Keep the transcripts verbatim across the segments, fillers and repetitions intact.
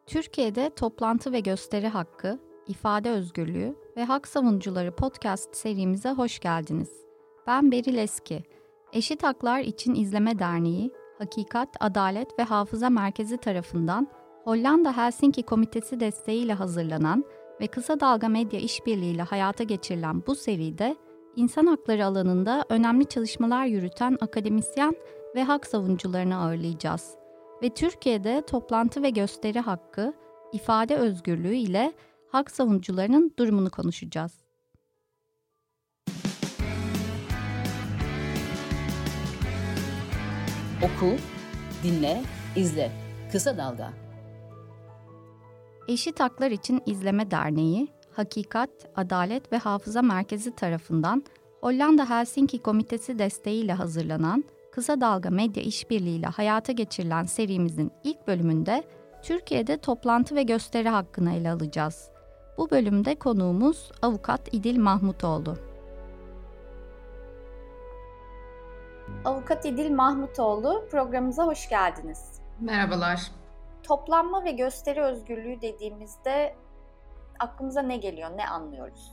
Türkiye'de toplantı ve gösteri hakkı, ifade özgürlüğü ve hak savunucuları podcast serimize hoş geldiniz. Ben Beril Eski. Eşit Haklar İçin İzleme Derneği, Hakikat, Adalet ve Hafıza Merkezi tarafından Hollanda Helsinki Komitesi desteğiyle hazırlanan ve Kısa Dalga Medya İşbirliği ile hayata geçirilen bu seride insan hakları alanında önemli çalışmalar yürüten akademisyen ve hak savunucularını ağırlayacağız. Ve Türkiye'de toplantı ve gösteri hakkı, ifade özgürlüğü ile hak savunucularının durumunu konuşacağız. Oku, dinle, izle. Kısa Dalga. Eşit Haklar İçin İzleme Derneği, Hakikat, Adalet ve Hafıza Merkezi tarafından Hollanda Helsinki Komitesi desteğiyle hazırlanan Kısa Dalga Medya İşbirliği ile hayata geçirilen serimizin ilk bölümünde Türkiye'de toplantı ve gösteri hakkını ele alacağız. Bu bölümde konuğumuz Avukat İdil Mahmutoğlu. Avukat İdil Mahmutoğlu, programımıza hoş geldiniz. Merhabalar. Toplanma ve gösteri özgürlüğü dediğimizde aklımıza ne geliyor, ne anlıyoruz?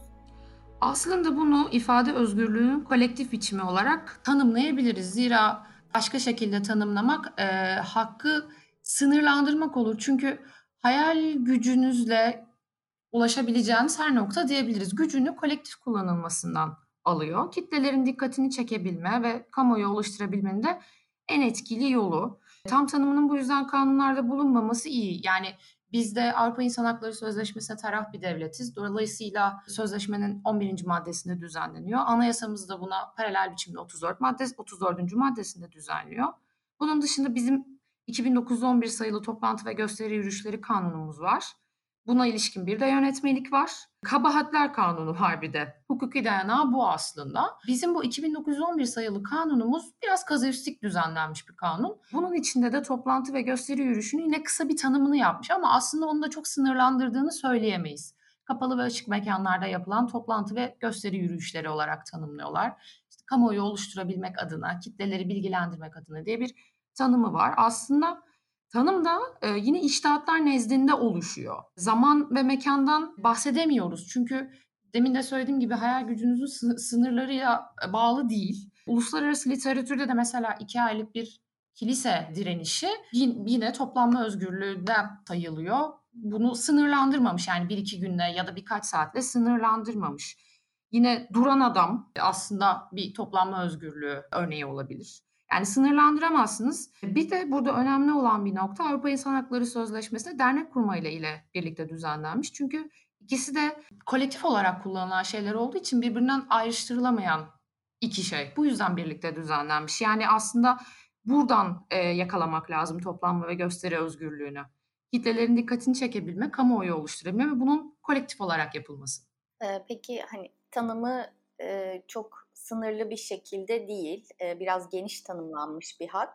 Aslında bunu ifade özgürlüğünün kolektif biçimi olarak tanımlayabiliriz. Zira başka şekilde tanımlamak e, hakkı sınırlandırmak olur. Çünkü hayal gücünüzle ulaşabileceğiniz her nokta diyebiliriz. Gücünü kolektif kullanılmasından alıyor. Kitlelerin dikkatini çekebilme ve kamuoyu oluşturabilmenin de en etkili yolu. Tam tanımının bu yüzden kanunlarda bulunmaması iyi. Yani biz de Avrupa İnsan Hakları Sözleşmesi'ne taraf bir devletiz. Dolayısıyla sözleşmenin on birinci maddesinde düzenleniyor. Anayasamız da buna paralel biçimde otuz dört madde, otuz dördüncü maddesinde düzenliyor. Bunun dışında bizim iki bin dokuz on bir sayılı toplantı ve gösteri yürüyüşleri kanunumuz var. Buna ilişkin bir de yönetmelik var. Kabahatler kanunu var bir de. Hukuki dayanağı bu aslında. Bizim bu iki bin dokuz yüz on bir sayılı kanunumuz biraz kazuistik düzenlenmiş bir kanun. Bunun içinde de toplantı ve gösteri yürüyüşünün yine kısa bir tanımını yapmış ama aslında onu da çok sınırlandırdığını söyleyemeyiz. Kapalı ve açık mekanlarda yapılan toplantı ve gösteri yürüyüşleri olarak tanımlıyorlar. İşte kamuoyu oluşturabilmek adına, kitleleri bilgilendirmek adına diye bir tanımı var. Aslında tanım da e, yine içtihatlar nezdinde oluşuyor. Zaman ve mekandan bahsedemiyoruz. Çünkü demin de söylediğim gibi hayal gücünüzün sı- sınırlarıyla bağlı değil. Uluslararası literatürde de mesela iki aylık bir kilise direnişi yine toplanma özgürlüğünden sayılıyor. Bunu sınırlandırmamış, yani bir iki günle ya da birkaç saatle sınırlandırmamış. Yine duran adam aslında bir toplanma özgürlüğü örneği olabilir. Yani sınırlandıramazsınız. Bir de burada önemli olan bir nokta, Avrupa İnsan Hakları Sözleşmesi'nde dernek kurmayla ile birlikte düzenlenmiş. Çünkü ikisi de kolektif olarak kullanılan şeyler olduğu için birbirinden ayrıştırılamayan iki şey. Bu yüzden birlikte düzenlenmiş. Yani aslında buradan e, yakalamak lazım toplanma ve gösteri özgürlüğünü. Kitlelerin dikkatini çekebilme, kamuoyu oluşturabilme ve bunun kolektif olarak yapılması. Ee, peki hani tanımı e, çok sınırlı bir şekilde değil, e, biraz geniş tanımlanmış bir hak.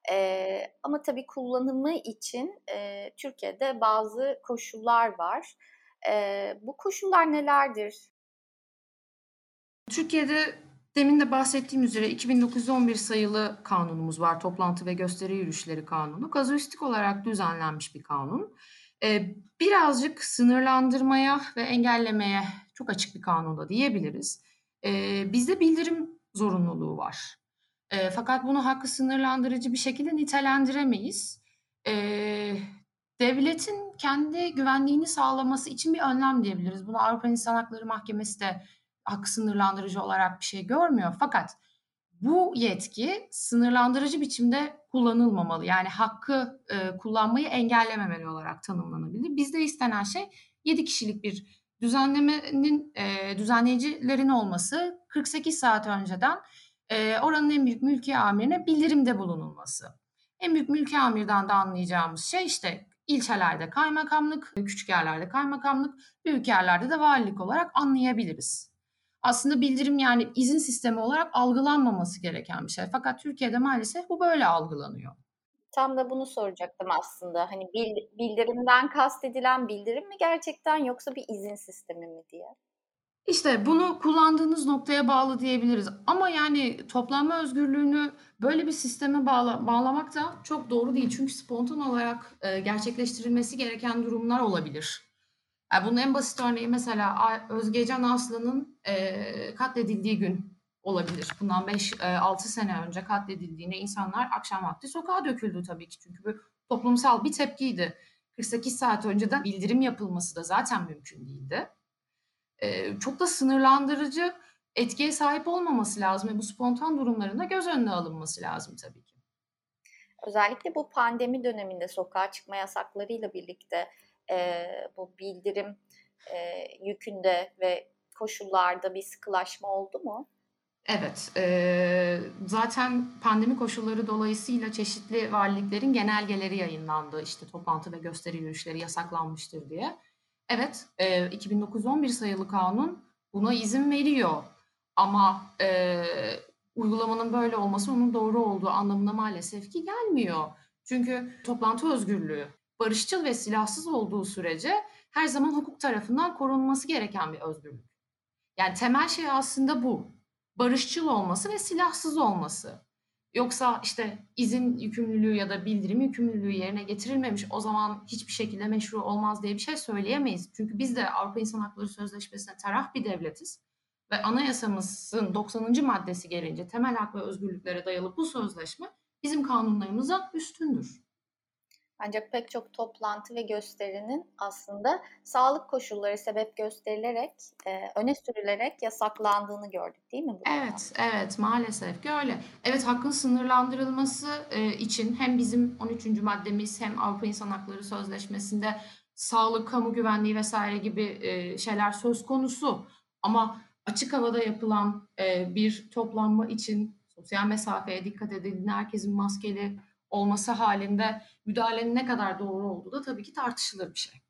E, ama tabii kullanımı için e, Türkiye'de bazı koşullar var. E, bu koşullar nelerdir? Türkiye'de demin de bahsettiğim üzere iki bin dokuz yüz on bir sayılı kanunumuz var. Toplantı ve gösteri yürüyüşleri kanunu. Kazuistik olarak düzenlenmiş bir kanun. Ee, birazcık sınırlandırmaya ve engellemeye çok açık bir kanun da diyebiliriz. Ee, bizde bildirim zorunluluğu var. Ee, fakat bunu hakkı sınırlandırıcı bir şekilde nitelendiremeyiz. Ee, devletin kendi güvenliğini sağlaması için bir önlem diyebiliriz. Bunu Avrupa İnsan Hakları Mahkemesi de hakkı sınırlandırıcı olarak bir şey görmüyor. Fakat bu yetki sınırlandırıcı biçimde kullanılmamalı. Yani hakkı e, kullanmayı engellememeli olarak tanımlanabilir. Bizde istenen şey yedi kişilik bir düzenlemenin e, düzenleyicilerin olması, kırk sekiz saat önceden e, oranın en büyük mülki amirine bildirimde bulunulması. En büyük mülki amirden de anlayacağımız şey işte ilçelerde kaymakamlık, küçük yerlerde kaymakamlık, büyük yerlerde de valilik olarak anlayabiliriz. Aslında bildirim, yani izin sistemi olarak algılanmaması gereken bir şey. Fakat Türkiye'de maalesef bu böyle algılanıyor. Tam da bunu soracaktım aslında. Hani bildirimden kastedilen bildirim mi gerçekten, yoksa bir izin sistemi mi diye? İşte bunu kullandığınız noktaya bağlı diyebiliriz. Ama yani toplanma özgürlüğünü böyle bir sisteme bağla, bağlamak da çok doğru değil. Çünkü spontan olarak e, gerçekleştirilmesi gereken durumlar olabilir. Yani bunun en basit örneği mesela A- Özgecan Aslan'ın e, katledildiği gün olabilir. Bundan beş altı sene önce katledildiğinde insanlar akşam vakti sokağa döküldü tabii ki. Çünkü bu toplumsal bir tepkiydi. kırk sekiz saat önceden bildirim yapılması da zaten mümkün değildi. Eee, çok da sınırlandırıcı etkiye sahip olmaması lazım ve bu spontan durumların da göz önüne alınması lazım tabii ki. Özellikle bu pandemi döneminde sokağa çıkma yasaklarıyla birlikte e, bu bildirim e, yükünde ve koşullarda bir sıkılaşma oldu mu? Evet, eee, zaten pandemi koşulları dolayısıyla çeşitli valiliklerin genelgeleri yayınlandı. İşte toplantı ve gösteri yürüyüşleri yasaklanmıştır diye. Evet, eee, iki bin dokuz on bir sayılı kanun buna izin veriyor. Ama eee, uygulamanın böyle olması onun doğru olduğu anlamına maalesef ki gelmiyor. Çünkü toplantı özgürlüğü barışçıl ve silahsız olduğu sürece her zaman hukuk tarafından korunması gereken bir özgürlük. Yani temel şey aslında bu. Barışçıl olması ve silahsız olması. Yoksa işte izin yükümlülüğü ya da bildirim yükümlülüğü yerine getirilmemiş, o zaman hiçbir şekilde meşru olmaz diye bir şey söyleyemeyiz. Çünkü biz de Avrupa İnsan Hakları Sözleşmesi'ne taraf bir devletiz ve anayasamızın doksanıncı maddesi gereğince temel hak ve özgürlüklere dayalı bu sözleşme bizim kanunlarımızdan üstündür. Ancak pek çok toplantı ve gösterinin aslında sağlık koşulları sebep gösterilerek, e, öne sürülerek yasaklandığını gördük, değil mi bu dönem? Evet, evet maalesef ki öyle. Evet, hakkın sınırlandırılması e, için hem bizim on üçüncü maddemiz hem Avrupa İnsan Hakları Sözleşmesi'nde sağlık, kamu güvenliği vesaire gibi e, şeyler söz konusu. Ama açık havada yapılan e, bir toplanma için sosyal mesafeye dikkat edildiğinde herkesin maskeli olması halinde müdahalenin ne kadar doğru olduğu da tabii ki tartışılır bir şey.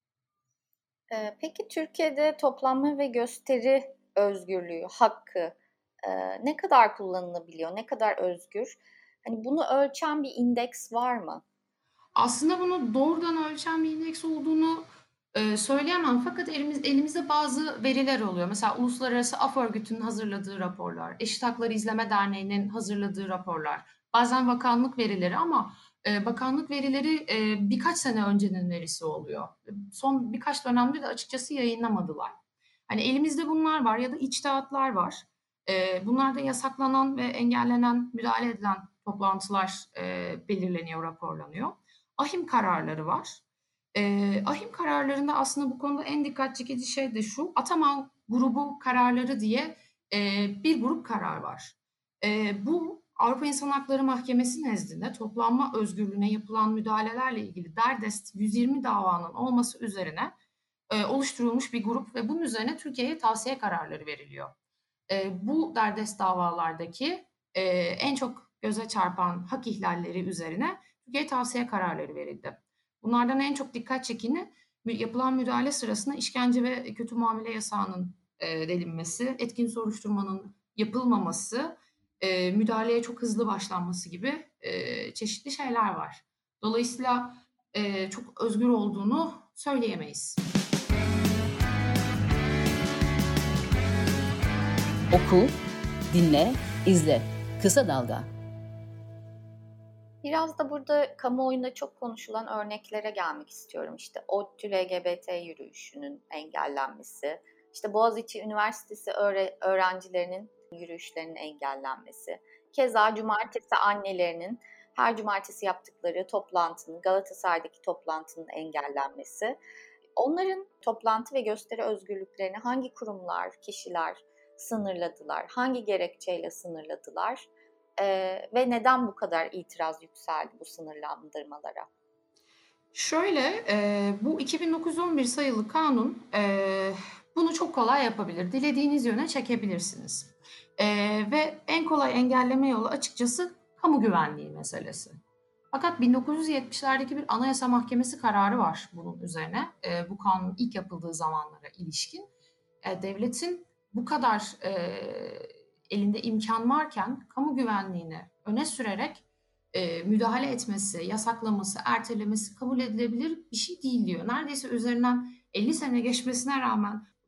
E, peki Türkiye'de toplanma ve gösteri özgürlüğü, hakkı e, ne kadar kullanılabiliyor, ne kadar özgür? Hani bunu ölçen bir indeks var mı? Aslında bunu doğrudan ölçen bir indeks olduğunu e, söyleyemem. Fakat elimiz, elimizde bazı veriler oluyor. Mesela Uluslararası Af Örgütü'nün hazırladığı raporlar, Eşit Hakları İzleme Derneği'nin hazırladığı raporlar, bazen bakanlık verileri ama e, bakanlık verileri e, birkaç sene öncenin verisi oluyor. Son birkaç dönemde de açıkçası yayınlamadılar. Hani elimizde bunlar var ya da içtihatlar var. E, bunlarda yasaklanan ve engellenen, müdahale edilen toplantılar e, belirleniyor, raporlanıyor. Ahim kararları var. Eee, ahim kararlarında aslında bu konuda en dikkat çekici şey de şu, Ataman grubu kararları diye eee, bir grup karar var. Eee, bu Avrupa İnsan Hakları Mahkemesi nezdinde toplanma özgürlüğüne yapılan müdahalelerle ilgili derdest yüz yirmi davanın olması üzerine eee, oluşturulmuş bir grup ve bunun üzerine Türkiye'ye tavsiye kararları veriliyor. Eee, bu derdest davalardaki eee, en çok göze çarpan hak ihlalleri üzerine Türkiye'ye tavsiye kararları verildi. Bunlardan en çok dikkat çekeni yapılan müdahale sırasında işkence ve kötü muamele yasağının eee, delinmesi, etkin soruşturmanın yapılmaması, eee, müdahaleye çok hızlı başlanması gibi eee, çeşitli şeyler var. Dolayısıyla eee, çok özgür olduğunu söyleyemeyiz. Oku, dinle, izle. Kısa Dalga. Biraz da burada kamuoyunda çok konuşulan örneklere gelmek istiyorum. İşte ODTÜ L G B T yürüyüşünün engellenmesi, işte Boğaziçi Üniversitesi öğre- öğrencilerinin yürüyüşlerinin engellenmesi, keza cumartesi annelerinin her cumartesi yaptıkları toplantının, Galatasaray'daki toplantının engellenmesi. Onların toplantı ve gösteri özgürlüklerini hangi kurumlar, kişiler sınırladılar, hangi gerekçeyle sınırladılar? Ee, ve neden bu kadar itiraz yükseldi bu sınırlandırmalara? Şöyle, eee, bu iki bin dokuz yüz on bir sayılı kanun eee, bunu çok kolay yapabilir. Dilediğiniz yöne çekebilirsiniz. Eee, ve en kolay engelleme yolu açıkçası kamu güvenliği meselesi. Fakat bin dokuz yüz yetmişlerdeki bir Anayasa Mahkemesi kararı var bunun üzerine. Eee, bu kanun ilk yapıldığı zamanlara ilişkin. Eee, devletin bu kadar eee, elinde imkan varken kamu güvenliğini öne sürerek e, müdahale etmesi, yasaklaması, ertelemesi kabul edilebilir bir şey değil diyor. Neredeyse üzerinden elli sene geçmesine rağmen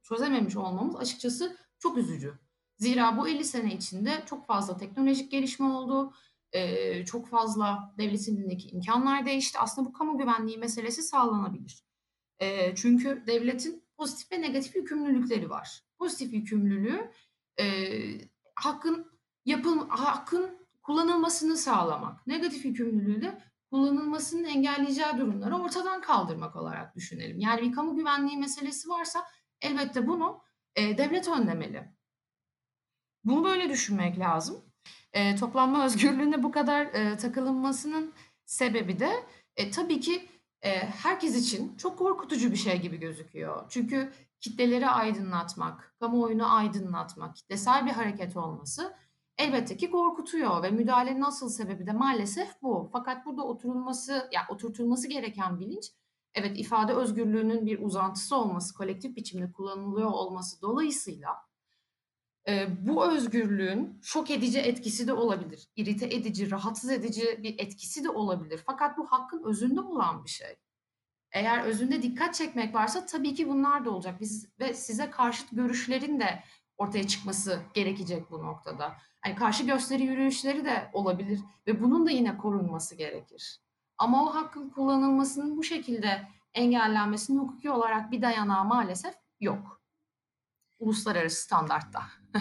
çözememiş olmamız açıkçası çok üzücü. Zira bu elli sene içinde çok fazla teknolojik gelişme oldu. Eee, çok fazla devletin elindeki imkânlar değişti. Aslında bu kamu güvenliği meselesi sağlanabilir. Eee, çünkü devletin pozitif ve negatif yükümlülükleri var. Pozitif yükümlülüğü, eee, hakkın yapıl hakkın kullanılmasını sağlamak. Negatif yükümlülüğü de kullanılmasının engelleyeceği durumları ortadan kaldırmak olarak düşünelim. Yani bir kamu güvenliği meselesi varsa elbette bunu, eee, devlet önlemeli. Bunu böyle düşünmek lazım. Eee, toplanma özgürlüğüne bu kadar, eee, takılınmasının sebebi de, e, tabii ki, eee, herkes için çok korkutucu bir şey gibi gözüküyor. Çünkü kitleleri aydınlatmak, kamuoyunu aydınlatmak, kitlesel bir hareket olması elbette ki korkutuyor ve müdahalenin asıl sebebi de maalesef bu. Fakat burada oturulması, ya oturtulması gereken bilinç, evet, ifade özgürlüğünün bir uzantısı olması, kolektif biçimde kullanılıyor olması dolayısıyla Eee, bu özgürlüğün şok edici etkisi de olabilir. İrite edici, rahatsız edici bir etkisi de olabilir. Fakat bu hakkın özünde olan bir şey. Eğer özünde dikkat çekmek varsa tabii ki bunlar da olacak. Biz ve size karşıt görüşlerin de ortaya çıkması gerekecek bu noktada. Hani karşı gösteri yürüyüşleri de olabilir ve bunun da yine korunması gerekir. Ama o hakkın kullanılmasının bu şekilde engellenmesinin hukuki olarak bir dayanağı maalesef yok. Uluslararası standartta.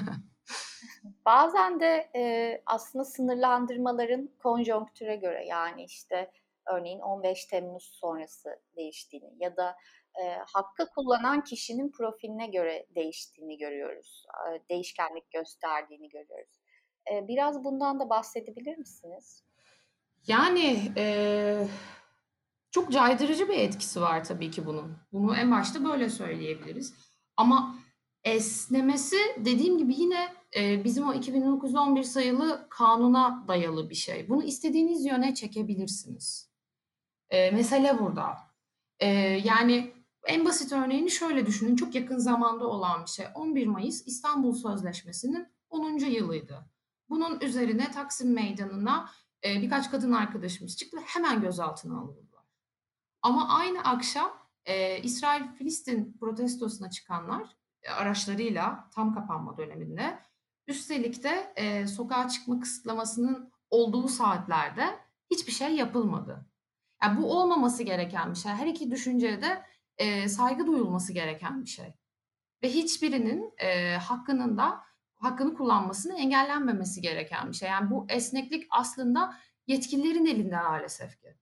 Bazen de e, aslında sınırlandırmaların konjonktüre göre, yani işte örneğin on beş Temmuz sonrası değiştiğini ya da e, hakkı kullanan kişinin profiline göre değiştiğini görüyoruz. E, değişkenlik gösterdiğini görüyoruz. E, biraz bundan da bahsedebilir misiniz? Yani eee, çok caydırıcı bir etkisi var tabii ki bunun. Bunu en başta böyle söyleyebiliriz. Ama esnemesi dediğim gibi yine eee, bizim o iki bin dokuz yüz on bir sayılı kanuna dayalı bir şey. Bunu istediğiniz yöne çekebilirsiniz. Eee, mesele burada. Eee, yani en basit örneğini şöyle düşünün. Çok yakın zamanda olan bir şey. on bir Mayıs İstanbul Sözleşmesi'nin onuncu yılıydı. Bunun üzerine Taksim Meydanı'na e, birkaç kadın arkadaşımız çıktı ve hemen gözaltına alındılar. Ama aynı akşam e, İsrail-Filistin protestosuna çıkanlar e, araçlarıyla tam kapanma döneminde, üstelik de e, sokağa çıkma kısıtlamasının olduğu saatlerde hiçbir şey yapılmadı. Yani bu olmaması gereken bir şey. Her iki düşünceye de e, saygı duyulması gereken bir şey. Ve hiçbirinin e, hakkının da hakkını kullanmasını engellenmemesi gereken bir şey. Yani bu esneklik aslında yetkililerin elinde maalesef ki.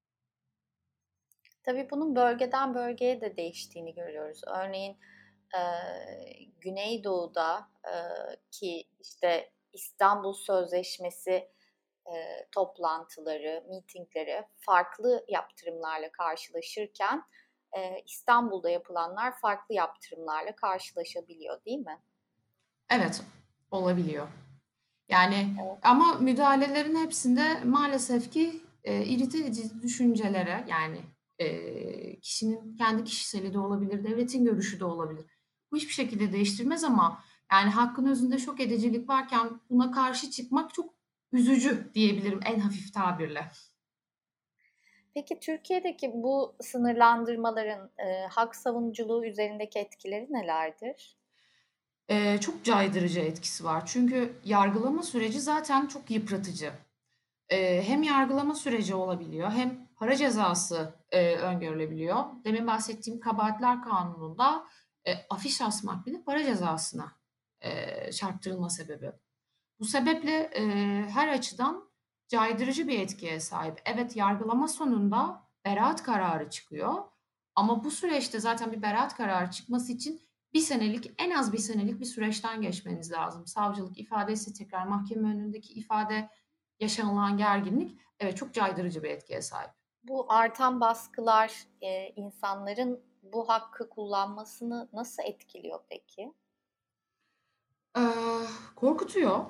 Tabii bunun bölgeden bölgeye de değiştiğini görüyoruz. Örneğin e, Güneydoğu'da e, ki işte İstanbul Sözleşmesi e, toplantıları, mitingleri farklı yaptırımlarla karşılaşırken e, İstanbul'da yapılanlar farklı yaptırımlarla karşılaşabiliyor, değil mi? Evet, olabiliyor. Yani ama müdahalelerin hepsinde maalesef ki e, irite edici düşüncelere, yani e, kişinin kendi kişiseli de olabilir, devletin görüşü de olabilir. Bu hiçbir şekilde değiştirmez ama yani hakkın özünde şok edicilik varken buna karşı çıkmak çok üzücü diyebilirim en hafif tabirle. Peki Türkiye'deki bu sınırlandırmaların e, hak savunuculuğu üzerindeki etkileri nelerdir? Ee, çok caydırıcı etkisi var. Çünkü yargılama süreci zaten çok yıpratıcı. Ee, hem yargılama süreci olabiliyor, hem para cezası e, öngörülebiliyor. Demin bahsettiğim kabahatler kanununda e, afiş asmak bile para cezasına e, çarptırılma sebebi. Bu sebeple e, her açıdan caydırıcı bir etkiye sahip. Evet, yargılama sonunda beraat kararı çıkıyor. Ama bu süreçte zaten bir beraat kararı çıkması için bir senelik, en az bir senelik bir süreçten geçmeniz lazım. Savcılık ifadesi, tekrar mahkeme önündeki ifade, yaşanılan gerginlik, evet, çok caydırıcı bir etkiye sahip. Bu artan baskılar e, insanların bu hakkı kullanmasını nasıl etkiliyor peki? Ee, korkutuyor.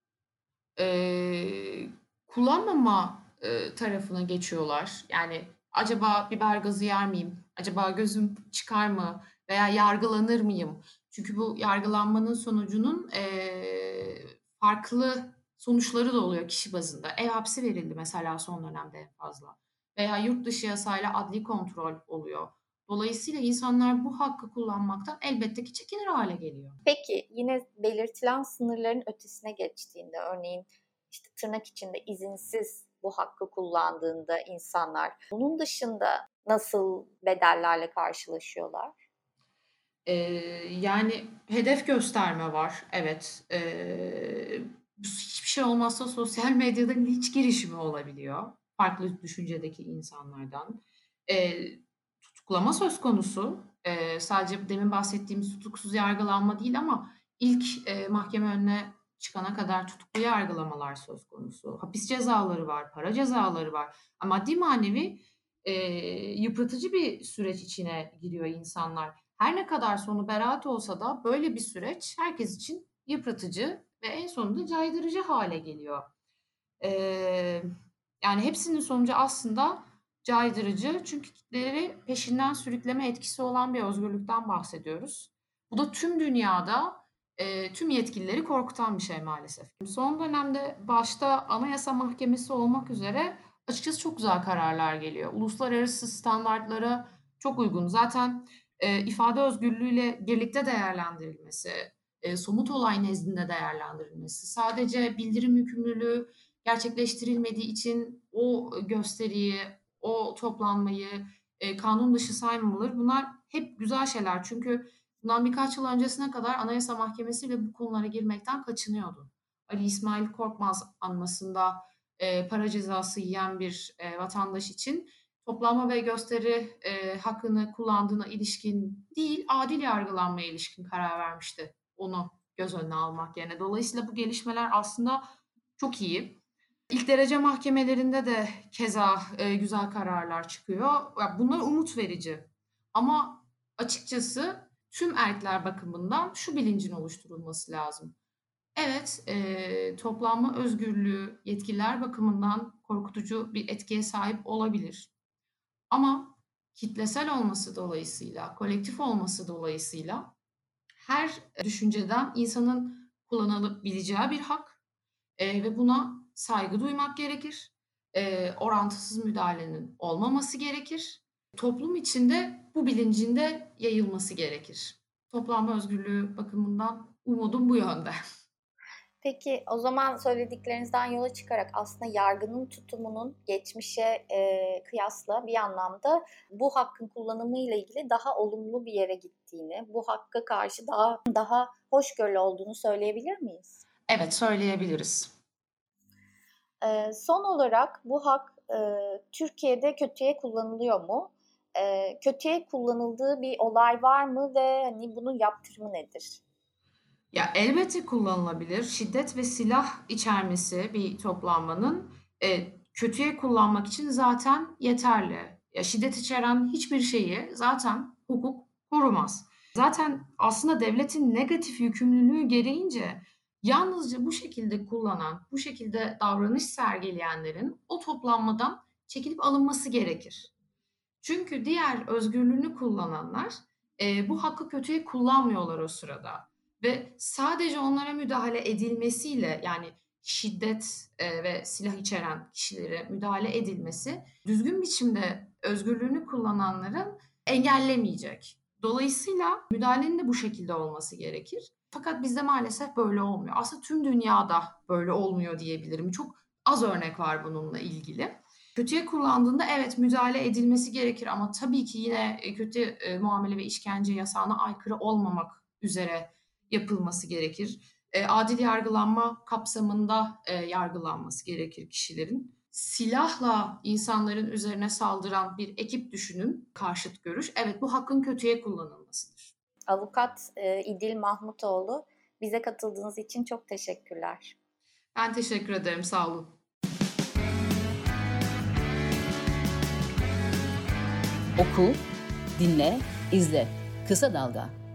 Ee, kullanmama e, tarafına geçiyorlar. Yani acaba biber gazı yer miyim? Acaba gözüm çıkar mı? Veya yargılanır mıyım? Çünkü bu yargılanmanın sonucunun e, farklı sonuçları da oluyor kişi bazında. Ev hapsi verildi mesela son dönemde en fazla. Veya yurt dışı yasayla adli kontrol oluyor. Dolayısıyla insanlar bu hakkı kullanmaktan elbette ki çekinir hale geliyor. Peki yine belirtilen sınırların ötesine geçtiğinde, örneğin işte tırnak içinde izinsiz bu hakkı kullandığında insanlar, bunun dışında nasıl bedellerle karşılaşıyorlar? Ee, yani hedef gösterme var, evet. Ee, hiçbir şey olmazsa sosyal medyada linç girişimi olabiliyor farklı düşüncedeki insanlardan. Ee, tutuklama söz konusu. Ee, sadece demin bahsettiğimiz tutuksuz yargılanma değil ama ilk e, mahkeme önüne çıkana kadar tutuklu yargılamalar söz konusu. Hapis cezaları var, para cezaları var. Maddi manevi e, yıpratıcı bir süreç içine giriyor insanlar. Her ne kadar sonu beraat olsa da böyle bir süreç herkes için yıpratıcı ve en sonunda caydırıcı hale geliyor. Ee, yani hepsinin sonucu aslında caydırıcı, çünkü kitleleri peşinden sürükleme etkisi olan bir özgürlükten bahsediyoruz. Bu da tüm dünyada e, tüm yetkilileri korkutan bir şey maalesef. Son dönemde başta Anayasa Mahkemesi olmak üzere açıkçası çok güzel kararlar geliyor. Uluslararası standartlara çok uygun. Zaten e, ifade özgürlüğüyle birlikte değerlendirilmesi, e, somut olay nezdinde değerlendirilmesi, sadece bildirim yükümlülüğü gerçekleştirilmediği için o gösteriyi, o toplanmayı e, kanun dışı saymamaları, bunlar hep güzel şeyler. Çünkü bundan birkaç yıl öncesine kadar Anayasa Mahkemesi bile bu konulara girmekten kaçınıyordu. Ali İsmail Korkmaz anmasında e, para cezası yiyen bir e, vatandaş için toplanma ve gösteri e, hakkını kullandığına ilişkin değil, adil yargılanmaya ilişkin karar vermişti. Onu göz önüne almak yerine. Dolayısıyla bu gelişmeler aslında çok iyi. İlk derece mahkemelerinde de keza e, güzel kararlar çıkıyor. Bunlar umut verici. Ama açıkçası tüm erkler bakımından şu bilincin oluşturulması lazım. Evet, e, toplanma özgürlüğü yetkililer bakımından korkutucu bir etkiye sahip olabilir. Ama kitlesel olması dolayısıyla, kolektif olması dolayısıyla her düşünceden insanın kullanılabileceği bir hak e, ve buna saygı duymak gerekir. E, orantısız müdahalenin olmaması gerekir. Toplum içinde bu bilincin de yayılması gerekir. Toplanma özgürlüğü bakımından umudum bu yönde. Peki o zaman söylediklerinizden yola çıkarak aslında yargının tutumunun geçmişe e, kıyasla bir anlamda bu hakkın kullanımı ile ilgili daha olumlu bir yere gittiğini, bu hakka karşı daha daha hoşgörülü olduğunu söyleyebilir miyiz? Evet, söyleyebiliriz. E, son olarak bu hak e, Türkiye'de kötüye kullanılıyor mu? E, kötüye kullanıldığı bir olay var mı ve hani bunun yaptırımı nedir? Ya elbette kullanılabilir. Şiddet ve silah içermesi bir toplanmanın e, kötüye kullanmak için zaten yeterli. Ya şiddet içeren hiçbir şeyi zaten hukuk korumaz. Zaten aslında devletin negatif yükümlülüğü gereğince yalnızca bu şekilde kullanan, bu şekilde davranış sergileyenlerin o toplanmadan çekilip alınması gerekir. Çünkü diğer özgürlüğünü kullananlar e, bu hakkı kötüye kullanmıyorlar o sırada. Ve sadece onlara müdahale edilmesiyle, yani şiddet e, ve silah içeren kişilere müdahale edilmesi düzgün biçimde özgürlüğünü kullananların engellemeyecek. Dolayısıyla müdahalenin de bu şekilde olması gerekir. Fakat bizde maalesef böyle olmuyor. Aslında tüm dünyada böyle olmuyor diyebilirim. Çok az örnek var bununla ilgili. Kötüye kullandığında evet müdahale edilmesi gerekir ama tabii ki yine kötü e, muamele ve işkence yasağına aykırı olmamak üzere yapılması gerekir. E, adil yargılanma kapsamında e, yargılanması gerekir kişilerin. Silahla insanların üzerine saldıran bir ekip düşünün, karşıt görüş. Evet, bu hakkın kötüye kullanılmasıdır. Avukat e, İdil Mahmutoğlu, bize katıldığınız için çok teşekkürler. Ben teşekkür ederim, sağ olun. Oku, dinle, izle. Kısa Dalga.